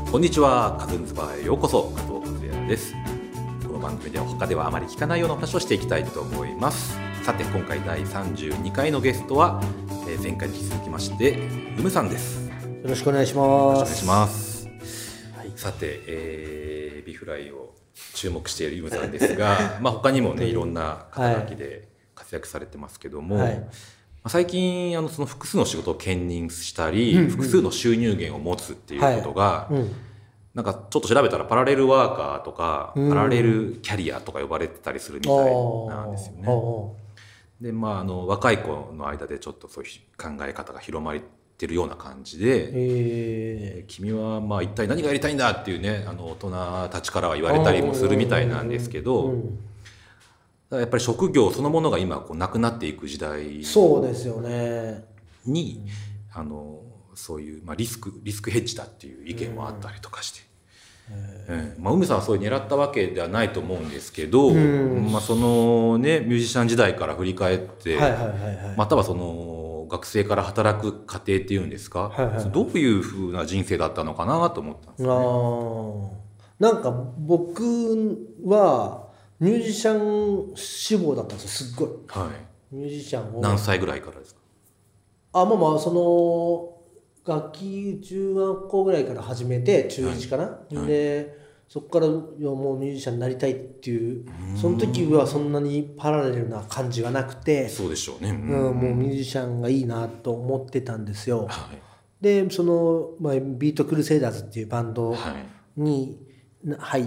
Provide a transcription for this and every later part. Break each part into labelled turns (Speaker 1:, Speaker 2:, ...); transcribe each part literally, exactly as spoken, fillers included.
Speaker 1: こんにちは、カズンズバーへようこそ。加藤和也です。この番組では他ではあまり聞かないような話をしていきたいと思います。さて、今回だいさんじゅうにかいのゲストは、えー、前回に引き続きましてウムさんです。
Speaker 2: よろしくお願いします。
Speaker 1: よろしくお願いします、はい、さて、えー、ビフライを注目しているウムさんですがまあ他にもねいろんな肩書きで活躍されてますけども、はい、最近あのその複数の仕事を兼任したり、うんうん、複数の収入源を持つっていうことが、はい、うん、なんかちょっと調べたらパラレルワーカーとか、うん、パラレルキャリアとか呼ばれてたりするみたいなんですよね。で、まあ、あの若い子の間でちょっとそういう考え方が広まってるような感じで、えー、君はまあ一体何がやりたいんだっていうね、あの大人たちからは言われたりもするみたいなんですけど、うん、やっぱり職業そのものが今こうなくなっていく時代
Speaker 2: そうですよね
Speaker 1: に、あのそういう、まあ、リスクリスクヘッジだっていう意見もあったりとかして、うん、まあ、海さんはそういう狙ったわけではないと思うんですけど、うん、まあ、そのねミュージシャン時代から振り返って、はいはいはいはい、またはその学生から働く過程っていうんですか、はいはいはい、どういうふうな人生だったのかなと思ったんですね。
Speaker 2: あ、なんか僕はミュージシャン志望だったんですよ、すっごい、はい、ミュージシャンを
Speaker 1: 何歳ぐらいからですか？
Speaker 2: あ、まあまあその楽器中学校ぐらいから始めて中いちかな、はいはい、でそこからもうミュージシャンになりたいっていう、その時はそんなにパラレルな感じがなくて、
Speaker 1: そうでしょうね、うん、
Speaker 2: もうミュージシャンがいいなと思ってたんですよ、はい、でその、まあ、ビートクルセイダーズっていうバンドに入って、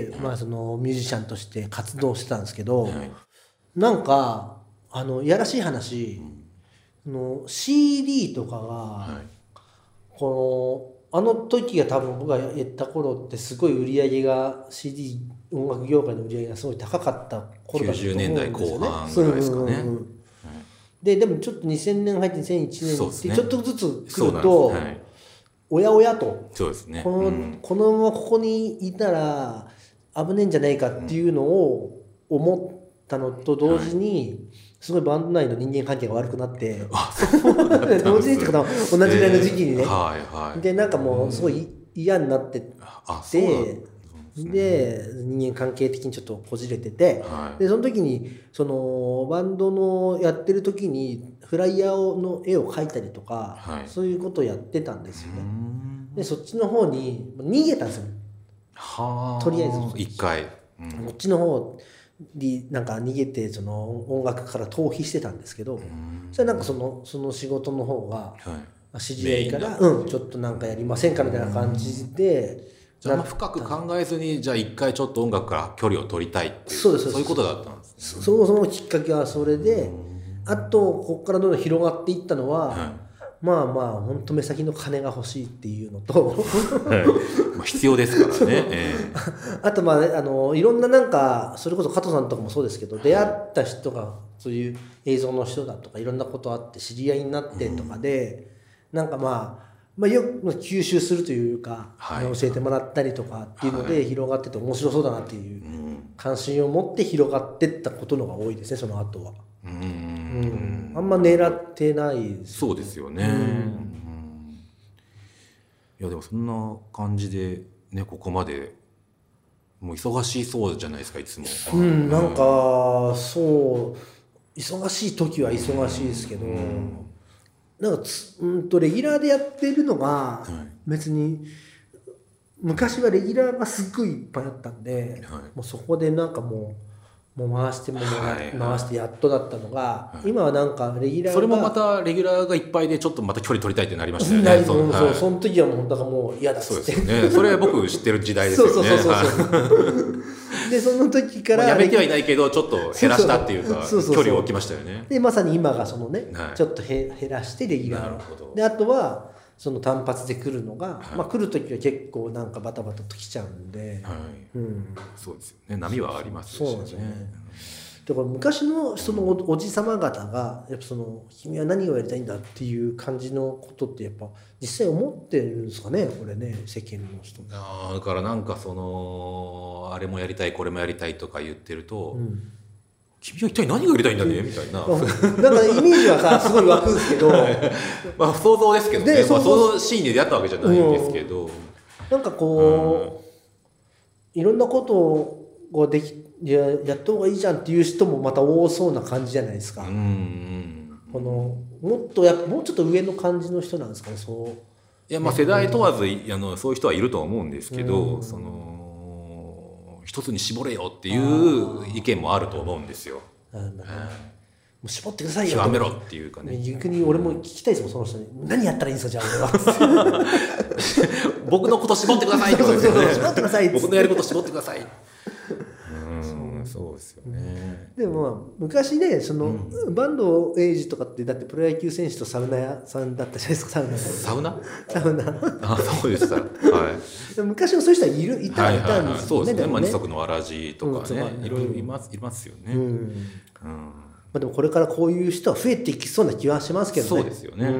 Speaker 2: はい、まあ、そのミュージシャンとして活動してたんですけど、はい、なんかあのやらしい話、うん、の シーディー とかが、はい、このあの時が多分僕がやった頃ってすごい売り上げが シーディー 音楽業界の売り上げがすごい高かった頃だったと思うんですよね。きゅうじゅうねんだいこう半ぐらいですかね。うんうんうん、ででもちょっとにせんねん入ってにせんいちねんってちょっとずつ来ると、はい、おやおやと、
Speaker 1: そうですね、
Speaker 2: この、うん、このままここにいたら危ねえんじゃないかっていうのを思ったのと同時に、はい、すごいバンド内の人間関係が悪くなって、同時にってことは同じぐらいの時期にね、えーはいはい、でなんかもうすごい嫌になってって、で人間関係的にちょっとこじれてて、はい、でその時にそのバンドのやってる時にフライヤーの絵を描いたりとか、はい、そういうことをやってたんですよね。でそっちの方に逃げたんですよ、はとりあえず
Speaker 1: 一回、
Speaker 2: うん、こっちの方になんか逃げてその音楽から逃避してたんですけど、それなんかそのその仕事の方が、はい、知り合いから、うん、ちょっとなんかやりませんかみたいな感じで、
Speaker 1: じゃあ深く考えずにじゃあ一回ちょっと音楽から距離を取りたいっていう、そうですそういうことだったんです、
Speaker 2: ね、そもそもきっかけはそれで、あとここからどんどん広がっていったのは、はい、まあまあ本当目先の金が欲しいっていうのと、
Speaker 1: はい、必要ですからね、え
Speaker 2: ー、あとまあ、ね、あのいろんななんかそれこそ加藤さんとかもそうですけど、出会った人がそういう映像の人だとかいろんなことあって知り合いになってとかで、うん、なんかまあまあ、よく吸収するというか、はい、教えてもらったりとかっていうので広がってて面白そうだなっていう関心を持って広がっていったことのが多いですね、その後は。うん、うん、あんま狙ってないです、
Speaker 1: ね、そうですよね、うん、うん、いやでもそんな感じでね、ここまでもう忙しそうじゃないですか、いつも。
Speaker 2: うん、なんかそう忙しい時は忙しいですけど、うん、なんかつうんとレギュラーでやってるのが別に、はい、昔はレギュラーがすっごいいっぱいあったんで、はい、もうそこでなんかもうもう回しても、はい、回してやっとだったのが、はい、今はなんかレギュラーが
Speaker 1: それもまたレギュラーがいっぱいでちょっとまた距離取りたいってなりましたよね。
Speaker 2: そう、そう、はい、その時はもうだからもう嫌だっつって、
Speaker 1: そうですよね、それ僕知ってる時代ですよね。そうそうそうそう
Speaker 2: でその時から、まあ、
Speaker 1: やめてはいないけどちょっと減らしたっていうか距離を置きましたよね。
Speaker 2: でまさに今がそのね、はい、ちょっとへ減らしてレギュラーをで、あとはその単発で来るのが、はい、まあ、来る時は結構なんかバタバタと来ちゃうんで、はい、うん、
Speaker 1: そうですよね、波はありますしね。そうですね。
Speaker 2: だから昔のその お, おじさま方がやっぱその君は何をやりたいんだっていう感じのことってやっぱ実際思ってるんですかね、これね、世間の人。
Speaker 1: だからなんかそのあれもやりたいこれもやりたいとか言ってると、うん、君は一体何がやりたいんだねみたいな、なん
Speaker 2: かイメージはさすごい湧くんですけど
Speaker 1: まあ想像ですけどね、まあ、そのシーンで出会ったわけじゃないんですけど、うん、
Speaker 2: なんかこう、うん、いろんなことをできややった方がいいじゃんっていう人もまた多そうな感じじゃないですか。うん、このもっとやもうちょっと上の感じの人なんですかね。そう
Speaker 1: いやまあ世代問わずあのそういう人はいるとは思うんですけど、うん、その一つに絞れよっていう意見もあると思うんですよ。うん、も
Speaker 2: う絞ってくださいよ
Speaker 1: 極めろっていうかね。
Speaker 2: 逆に俺も聞きたいですもん、その人に。何やったらいいんですかじゃあ俺は
Speaker 1: 僕のこと絞ってくださいってことですよね。
Speaker 2: 絞ってください
Speaker 1: 僕のやること絞ってください。うんそうですよね。
Speaker 2: でもまあ昔ねその、うん、坂東栄治とかってだってプロ野球選手とサウナ屋さんだったじゃないですか。
Speaker 1: サウナ
Speaker 2: サウナ
Speaker 1: あそうでした、はい、
Speaker 2: 昔もそういう人はいるいたいたんですよね。
Speaker 1: そうですね。二足のわらじとかね、うん、いろいろいますいますよね。うんうん
Speaker 2: まあ、でもこれからこういう人は増えていきそうな気はしますけどね。
Speaker 1: そうですよね。うん、うん、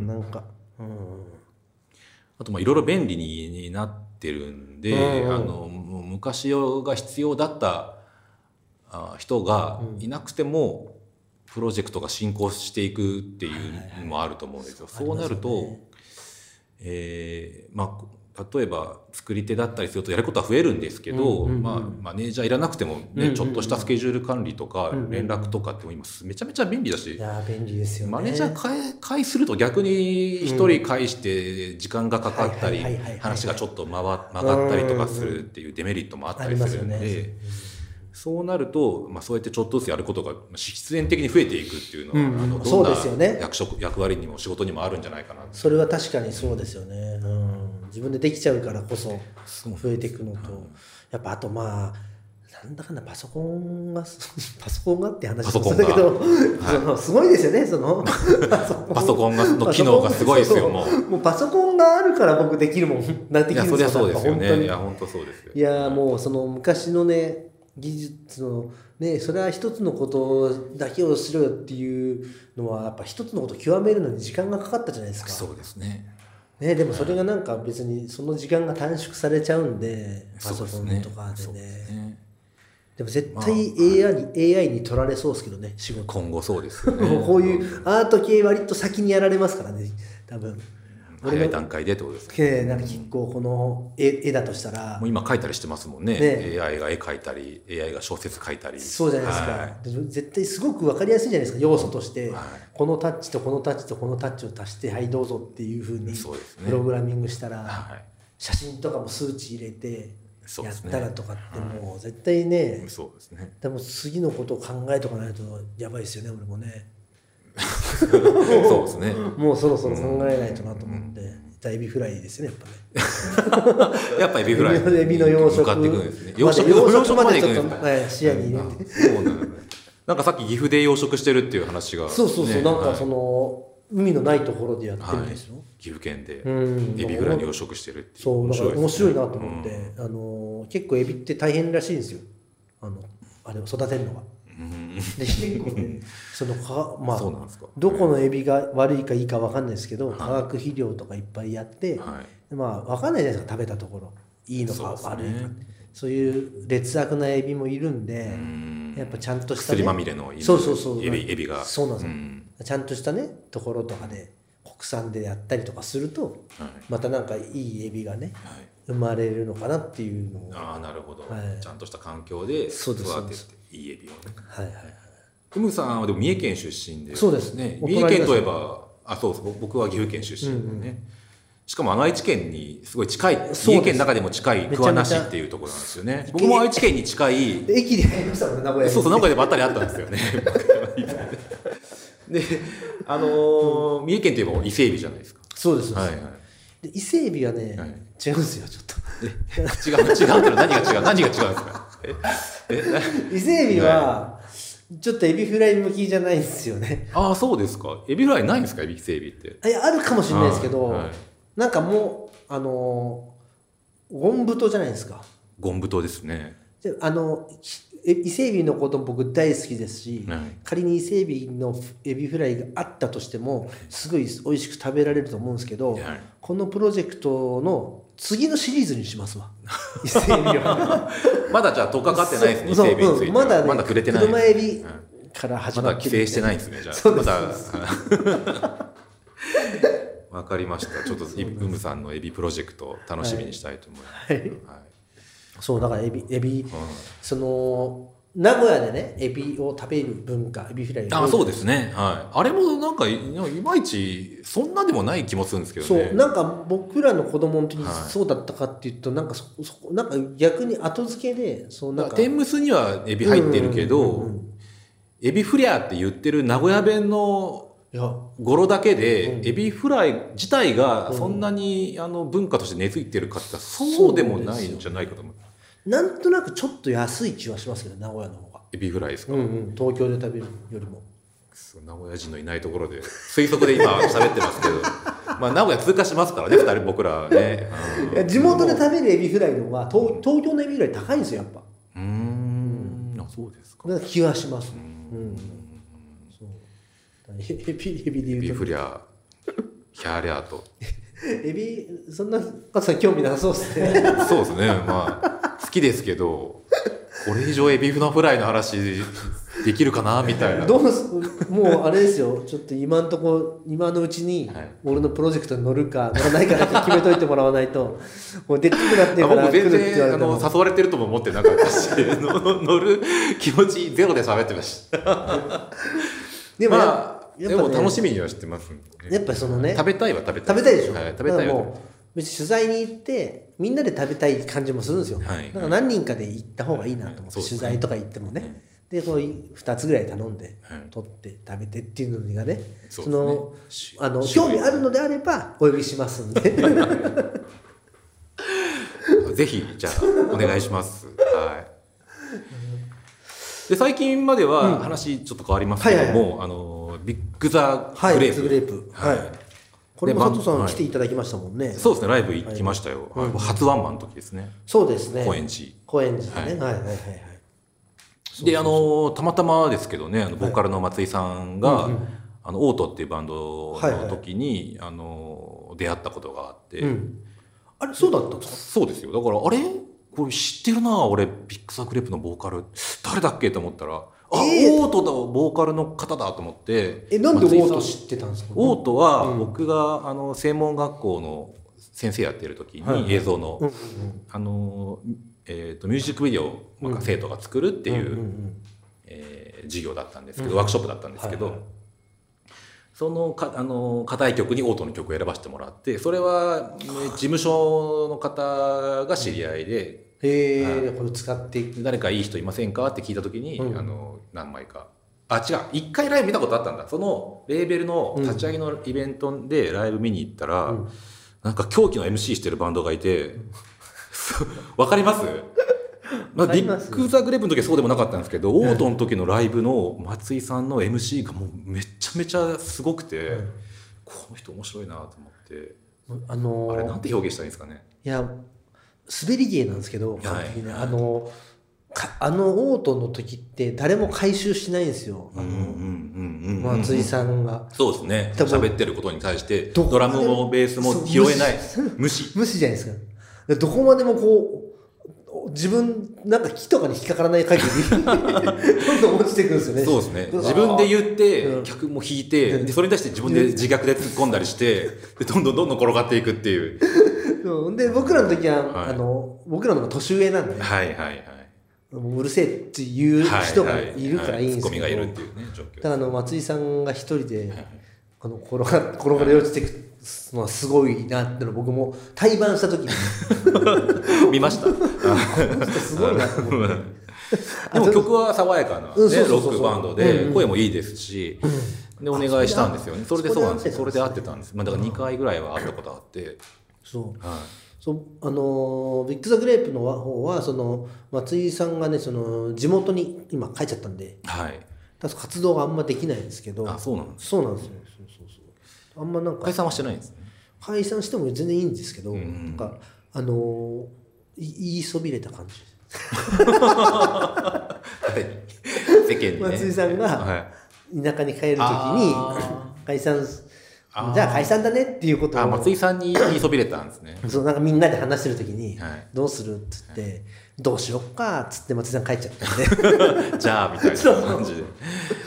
Speaker 1: なんか、うん、あとまあいろいろ便利になってるんで、うん、あの昔が必要だった人がいなくても、うん、プロジェクトが進行していくっていうのもあると思うんですよ。そうなると、ねえー、まあ例えば作り手だったりするとやることは増えるんですけど、うんうんうんまあ、マネージャーいらなくても、ねうんうんうん、ちょっとしたスケジュール管理とか連絡とかって今めちゃめちゃ便利だし、
Speaker 2: いや便利ですよね。
Speaker 1: マネージャー介介すると逆に一人介して時間がかかったり話がちょっと回曲がったりとかするっていうデメリットもあったりするんで、うんうんうんそうなると、まあ、そうやってちょっとずつやることが必然的に増えていくっていうのは、うん、あのどんな役職、役割にも仕事にもあるんじゃないかな。
Speaker 2: それは確かにそうですよね、うん、自分でできちゃうからこそ増えていくのと、やっぱあとまあなんだかんだパソコンがパソコンがって話もするんだけど、はい、そのすごいですよねその
Speaker 1: パソコンがの機能がすごいですよ。もう
Speaker 2: もうパソコンがあるから僕できるもんなんてできるんですか。
Speaker 1: いやそりゃそうですよね。いや本当そうですよ。
Speaker 2: いやもうその昔のね技術のねそれは一つのことだけをしろよっていうのはやっぱ一つのことを極めるのに時間がかかったじゃないですか。
Speaker 1: そうですね。
Speaker 2: ねでもそれがなんか別にその時間が短縮されちゃうんで、パソコンとかで ね, で, ねでも絶対 エーアイ に、まあ、エーアイ に取られそうですけどね仕事
Speaker 1: 今後そうですよね
Speaker 2: こういうアート系割と先にやられますからね多分。
Speaker 1: 早い段階でってことです
Speaker 2: ね。なんか結構この 絵, 絵だとしたら
Speaker 1: もう今描いたりしてますもんね。ね エーアイ が絵描いたり エーアイ が小説書いたり。
Speaker 2: そうじゃないですか、はい、絶対すごく分かりやすいじゃないですか要素として、はい、このタッチとこのタッチとこのタッチを足してはいどうぞっていうふうにプログラミングしたら、はい、写真とかも数値入れてやったらとかってもう絶対ね、
Speaker 1: そうですね。
Speaker 2: でも次のことを考えとかないとやばいですよね俺もね
Speaker 1: そうですね。
Speaker 2: もうそろそろ考えないとなと思って、うん、エビフライですよねやっぱね
Speaker 1: やっぱエビフライ
Speaker 2: エビの養殖
Speaker 1: 向かっていくんですね。
Speaker 2: 養殖
Speaker 1: 養
Speaker 2: 殖までちょっと、ね、視野に入れて、
Speaker 1: そうなんですね。なんかさっき岐阜で養殖してるっていう話が、ね、
Speaker 2: そうそうそう、なんかその、はい、海のないところでやってるんですよ、はい、
Speaker 1: 岐阜県でエビフライの養殖してるっていう。
Speaker 2: そうだから面白いなと思って、うん、あの結構エビって大変らしいんですよ、あのあれを育てるのが。で結構ねそのか、まあ、そうなんですか。どこのエビが悪いかいいか分かんないですけど、はい、化学肥料とかいっぱいやって、はい、まあ分かんないじゃないですか食べたところいいのか悪いか、ね、そういう劣悪なエビもいるんで、んやっぱちゃんとした、ね、
Speaker 1: 薬まみれの
Speaker 2: そうそうそう
Speaker 1: エビ、エビが
Speaker 2: そうなんですよ、うん、ちゃんとしたねところとかで国産でやったりとかすると、はい、またなんかいいエビがね、はい、生まれるのかなっていうのを。
Speaker 1: ああなるほど、はい、ちゃんとした環境で育てていいエビをね。
Speaker 2: はいはいはい。
Speaker 1: うむさんはでも三重県出身で、
Speaker 2: そうですね。
Speaker 1: 三重県といえば、あ、そうそう、僕は岐阜県出身でね。うんうん、しかも愛知県にすごい近い、三重県の中でも近い桑名市っていうところなんですよね。僕も愛知県に近い。
Speaker 2: 駅でありましたもんね、名古屋に。
Speaker 1: そうそう、名古屋でばったりあったんですよね。で、あのーうん、三重県といえば伊勢海老じゃないですか。
Speaker 2: そうです。
Speaker 1: はいはい。
Speaker 2: で伊勢海老はね、はい、違うんですよ、ちょっと。
Speaker 1: 違う、違うけど何が違う何が違うんですか。
Speaker 2: 伊勢海老はちょっとエビフライ向きじゃないんですよね。
Speaker 1: ああそうですか。エビフライないんですか、伊勢エビって。
Speaker 2: いやあるかもしれないですけど、はい、なんかもうあのゴンブトじゃないですか。
Speaker 1: ゴンブトですね。
Speaker 2: であの伊勢エビのことも僕大好きですし、はい、仮に伊勢エビのエビフライがあったとしてもすごい美味しく食べられると思うんですけど、はい、このプロジェクトの次のシリーズにしますわ。伊勢エビは
Speaker 1: まだじゃあとおかかってないですね。伊勢エビについては
Speaker 2: まだね、
Speaker 1: まだ触れてない。
Speaker 2: 車エビから始まってる、
Speaker 1: まだ規制してないですね。じゃあまだわかりました。ちょっとうむさんのエビプロジェクト楽しみにしたいと思います。はいはい、
Speaker 2: そうだからエビエビ、うん、その名古屋でねエビを食べる文化エビフライ
Speaker 1: あそうですね、はい、あれもなんかいまいちそんなでもない気もするんですけどね。
Speaker 2: そうなんか僕らの子供の時にそうだったかっていうと、はい、なんかそそなんか逆に後付けでそうなんか
Speaker 1: 天むすにはエビ入ってるけど、うんうんうんうん、エビフリャーって言ってる名古屋弁の語呂だけで、うん、エビフライ自体がそんなに、うん、あの文化として根付いてるかってそうでもないんじゃないかと思う。
Speaker 2: なんとなくちょっと安い気はしますけど名古屋の方が
Speaker 1: エビフライですか、
Speaker 2: うんうん、東京で食べるよりも
Speaker 1: 名古屋人のいないところで推測で今喋ってますけどまあ名古屋通過しますからねふたり僕らはね
Speaker 2: いや地元で食べるエビフライの方が 東, 東京のエビフライ高いんですよやっぱ
Speaker 1: うーん、うん、あそうですか。
Speaker 2: なんか気はしますうん、うん、そうエビエビで言うと
Speaker 1: エビフリャヒャーリャーと
Speaker 2: エビそんなことは興味なさそうですね
Speaker 1: そうですねまあ好きですけどこれ以上エビフのフライの話できるかなみたいな
Speaker 2: どうすもうあれですよちょっと今のとこ今のうちに俺のプロジェクトに乗るか乗らないかだけ決めといてもらわないともうでっかくなってるから
Speaker 1: 僕全然あの誘われてるとも思ってなかったし乗る気持ちゼロで喋ってましたでも、まあやっぱね、でも楽しみにはしてますんで、ね、
Speaker 2: やっぱそのね
Speaker 1: 食べたいは食べたい
Speaker 2: 食べたいでしょ、
Speaker 1: はい、食べたいは
Speaker 2: もう別に取材に行ってみんなで食べたい感じもするんですよ、はい、だから何人かで行った方がいいなと思って、はい、取材とか行ってもね、はい、でこうふたつぐらい頼んで、はい、取って食べてっていうのがね、そ, そのあの興味あるのであればお呼びしますんで
Speaker 1: ぜひじゃあお願いしますはいで最近までは話ちょっと変わりますけども、うんはいはいはい、あのビッグザグレープ、
Speaker 2: はい、グレープ、はい、これも佐藤さん来ていただきましたもんね。
Speaker 1: そうですねライブ行きましたよ、はい、初ワンマンの時ですね。
Speaker 2: そうですね
Speaker 1: 高円寺
Speaker 2: 高円寺ね、はい、はいはいはいはい
Speaker 1: であのたまたまですけどねあのボーカルの松井さんが、はいうんうん、あのオートっていうバンドの時に、はいはい、あの出会ったことがあって、うん、
Speaker 2: あれそうだったんですか。
Speaker 1: そうですよだからあれこれ知ってるな俺ビッグザグレープのボーカル誰だっけと思ったらあ、えー、オートだボーカルの方だと思って
Speaker 2: えなんでオート知ってたんですか。
Speaker 1: オートは僕が、うん、あの専門学校の先生やってる時に、はい、映像の、うんうん、あの、えー、とミュージックビデオを、まあ、生徒が作るっていう、うんうんうんえー、授業だったんですけど、うん、ワークショップだったんですけど、はいはいそのかあの課題曲にオートの曲を選ばせてもらってそれは、ね、事務所の方が知り合いで、
Speaker 2: うん、へえこれ使っていく
Speaker 1: 誰かいい人いませんかって聞いた時に、うん、あの何枚かあ違う一回ライブ見たことあったんだそのレーベルの立ち上げのイベントでライブ見に行ったら、うん、なんか狂気の エムシー してるバンドがいてわかりますまあ、ビッグザグレープの時はそうでもなかったんですけど、うん、オートの時のライブの松井さんの エムシー がもうめちゃめちゃすごくて、うん、この人面白いなと思って、あのー、あれなんて表現したらいいんですかね。
Speaker 2: いや滑り芸なんですけど、はい、ね、あのあのオートの時って誰も回収しないんですよ、あの松井さんが。
Speaker 1: そうですね喋ってることに対してドラムもベースも拾えない無視
Speaker 2: 無視じゃないですか。どこまでもこう自分なんか木とかに引っかからない限りどんどん落ちていくんですよね。
Speaker 1: そうですね自分で言って客も引いて、うん、でそれに対して自分で自虐で突っ込んだりしてでどんどんどんどん転がっていくっていう
Speaker 2: そうで僕らの時は、はい、あの僕らの方が年上なんで、
Speaker 1: はいはいはい、
Speaker 2: うるせえっていう人がいるからいいんですけど、
Speaker 1: はいはいはい、ツッコミがいるっていうね状況。
Speaker 2: だからあの松井さんが一人で、はい、この転が転がり落ちていくのはすごいなっての僕も対バンした時に
Speaker 1: 見ました
Speaker 2: すごいなと思って
Speaker 1: でも曲は爽やかな、ね、ロックバンドで声もいいですし、うん、でお願いしたんですよね。それでそうなんですよ。それで会ってたんです。まあ、だからにかいぐらいは会ったことあって
Speaker 2: そう、はい、そうあのビッグザグレープの方はその松井さんがねその地元に今帰っちゃったんで、はい、活動があんまできないんですけど。
Speaker 1: あそうなんです、
Speaker 2: そうなんですよ。そうそうそうあんまなんか
Speaker 1: 解散はしてないんですね。
Speaker 2: 解散しても全然いいんですけど、うん、なんかあのー、言いそびれた感じ
Speaker 1: 世間にね
Speaker 2: 松井さんが田舎に帰るときに解散じゃあ解散だねっていうことを
Speaker 1: あ松井さんに言いそびれたんですね
Speaker 2: そうなんかみんなで話してるときに、はい、どうするっつって、はい、どうしよっかっつって松井さん帰っちゃったんで
Speaker 1: じゃあみたいな感じで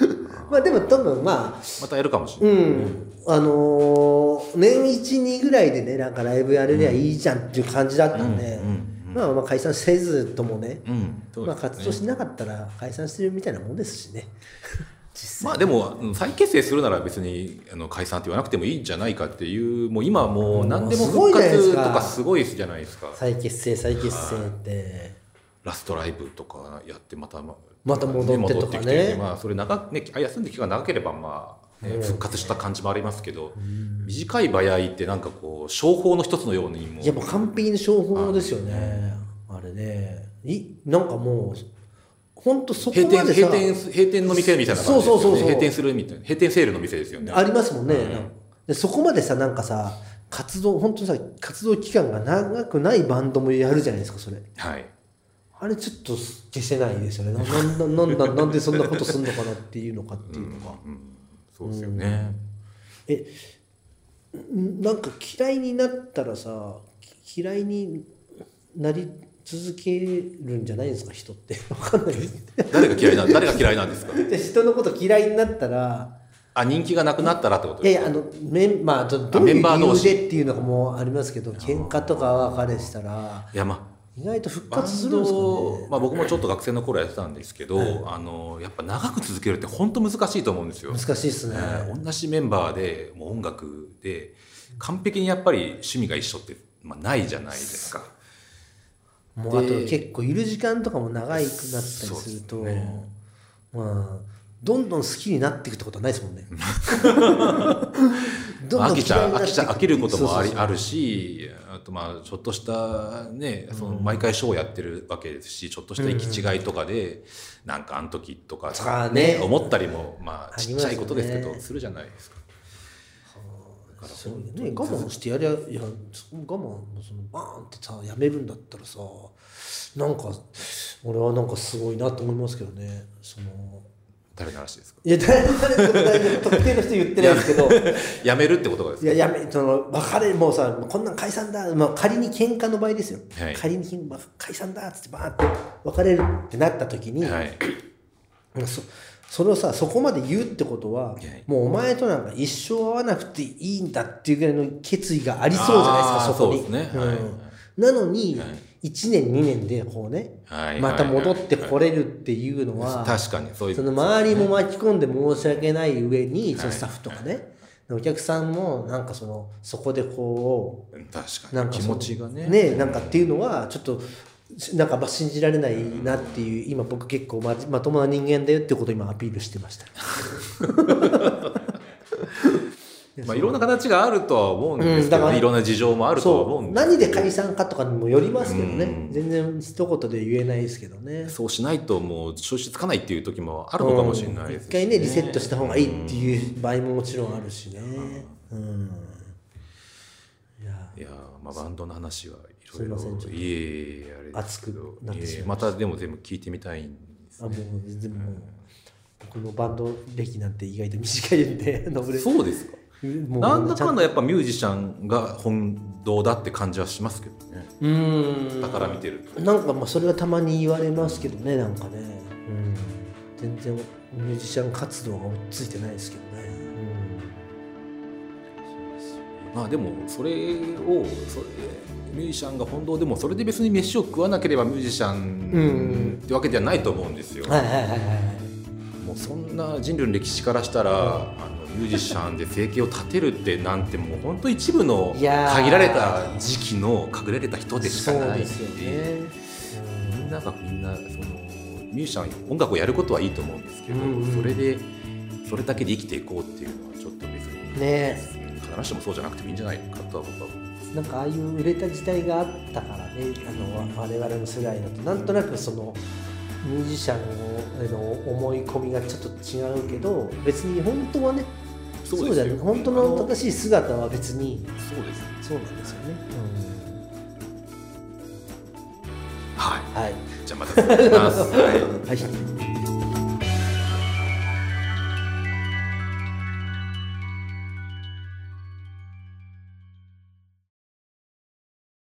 Speaker 2: まあでも多分まあ
Speaker 1: またやるかもしれない、ね、
Speaker 2: うんあのー、年いち、にぐらいでねなんかライブやれりゃいいじゃんっていう感じだったんで、うんうんうん、まあまあ解散せずともね、うんね、まあ活動しなかったら解散してるみたいなもんですしね
Speaker 1: まあでも再結成するなら別にあの解散って言わなくてもいいんじゃないかっていうもう今もう何でも復活とかすごいじゃないですか。
Speaker 2: 再結成再結成って
Speaker 1: ラストライブとかやってまた
Speaker 2: また戻ってとかね、
Speaker 1: まあそれ長ね休んで期間長ければまあ、ね、復活した感じもありますけど、短い場合ってなんかこう商法の一つのようにも
Speaker 2: いやもう完璧な商法ですよねあれねいなんかもう本当そこまでさ
Speaker 1: 閉店閉店の店みたいな感じですよね。そうそうそうそう閉店するみたいな閉店セールの店ですよね。
Speaker 2: ありますもんね、うん、でそこまでさなんかさ活動本当にさ活動期間が長くないバンドもやるじゃないですかそれ。
Speaker 1: はい。
Speaker 2: あれちょっと消せないですよね。なななななんでそんなことするのかなっていうのかっていうのが。
Speaker 1: うんうん、そうですよね。
Speaker 2: うん、えなんか嫌いになったらさ嫌いになり続けるんじゃないですか人って分かんないです
Speaker 1: 誰が嫌いな誰が嫌いなんですか
Speaker 2: 人のこと嫌いになったら
Speaker 1: あ人気がなくなったらってことですか。
Speaker 2: いやいやあのメン,、まあ、どういう理由でっていうのもありますけど喧嘩とか別れしたら
Speaker 1: いやまあ
Speaker 2: 意外と復活するんですかね。
Speaker 1: まあ、僕もちょっと学生の頃やってたんですけど、はい、あのやっぱ長く続けるって本当難しいと思うんですよ。
Speaker 2: 難しいですね、
Speaker 1: えー、同じメンバーでもう音楽で完璧にやっぱり趣味が一緒って、まあ、ないじゃないですか。
Speaker 2: もうあと結構いる時間とかも長くなったりすると、ね、まあどんどん好きになっていくってことはないですもんね
Speaker 1: どんどん飽きちゃう飽きちゃ飽きることもありあるし、あとまあちょっとしたねその毎回ショーやってるわけですし、ちょっとした行き違いとかでなんかあの時とかね思ったりもまあちっちゃいことですけどするじゃないですか。
Speaker 2: そうね、我慢してやりゃいや我慢そのバーンってさやめるんだったらさなんか俺はなんかすごいなと思いますけどね。その
Speaker 1: 誰の話ですか。
Speaker 2: いや誰誰特定の人言ってないですけど
Speaker 1: やめるってことがですか。
Speaker 2: いややめその別れもうさこんなん解散だ、まあ、仮に喧嘩の場合ですよ、はい、仮に解散だっつってバーンって別れるってなった時に、はい、そそれをさそこまで言うってことは、はい、もうお前となんか一生会わなくていいんだっていうぐらいの決意がありそうじゃないですかそこに。
Speaker 1: そうですね、はい、
Speaker 2: なのに、はいいちねんにねんでこうね、はい、また戻ってこれるっていうのは
Speaker 1: 確かにそういう
Speaker 2: その周りも巻き込んで申し訳ない上に、そのスタッフとかね、はい、お客さんもなんかそのそこでこう
Speaker 1: 確かに気持ちがね
Speaker 2: ねなんかっていうのはちょっとなんか信じられないなっていう、今僕結構ままともな人間だよってことを今アピールしてました
Speaker 1: まあ、いろんな形があるとは思うんですけど、うん、だからいろんな事情もあるとは思うんですけど、
Speaker 2: 何で解散かとかにもよりますけどね、うん、全然一言で言えないですけどね。
Speaker 1: そうしないともう消失つかないっていう時もあるのかもしれないですし、ね、
Speaker 2: うん、一回ねリセットした方がいいっていう場合ももちろんあるしね、うん、うん、
Speaker 1: いやいや、まあ、バンドの話はいろいろいえいえあれですけど
Speaker 2: 熱くなってしまい
Speaker 1: またでも全部聞いてみたいんですね。
Speaker 2: あもう全然もう、うん、僕のバンド歴なんて意外と短いんで
Speaker 1: そうですか。なんだかんだやっぱミュージシャンが本道だって感じはしますけどね。うーんだから見てると
Speaker 2: なんかまあそれはたまに言われますけどね、なんかね、うん、全然ミュージシャン活動が追っついてないですけどね、うん、そう
Speaker 1: ですよね。まあでもそれをそれミュージシャンが本道でもそれで別に飯を食わなければミュージシャンってわけではないと思うんですよ。
Speaker 2: はいはいはいはい。
Speaker 1: もうそんな人類の歴史からしたら、うん、あのミュージシャンで生計を立てるってなんてもう本当一部の限られた時期の限られた人でしかないし、ね、みんながみんなそのミュージシャン音楽をやることはいいと思うんですけど、うんうん、それでそれだけで生きていこうっていうのはちょっと別に、ね、必ずしもそうじゃなくてもいいんじゃないかとは僕は思います。
Speaker 2: なんかああいう売れた時代があったからね、あの我々の世代だとなんとなくそのミュージシャンの思い込みがちょっと違うけど、別に本当はねそうじゃない、本当の正しい姿は別に
Speaker 1: そうです、
Speaker 2: そうなんですよね、
Speaker 1: うん、はい、
Speaker 2: はい、
Speaker 1: じゃあまたお願いします。はい、
Speaker 2: はい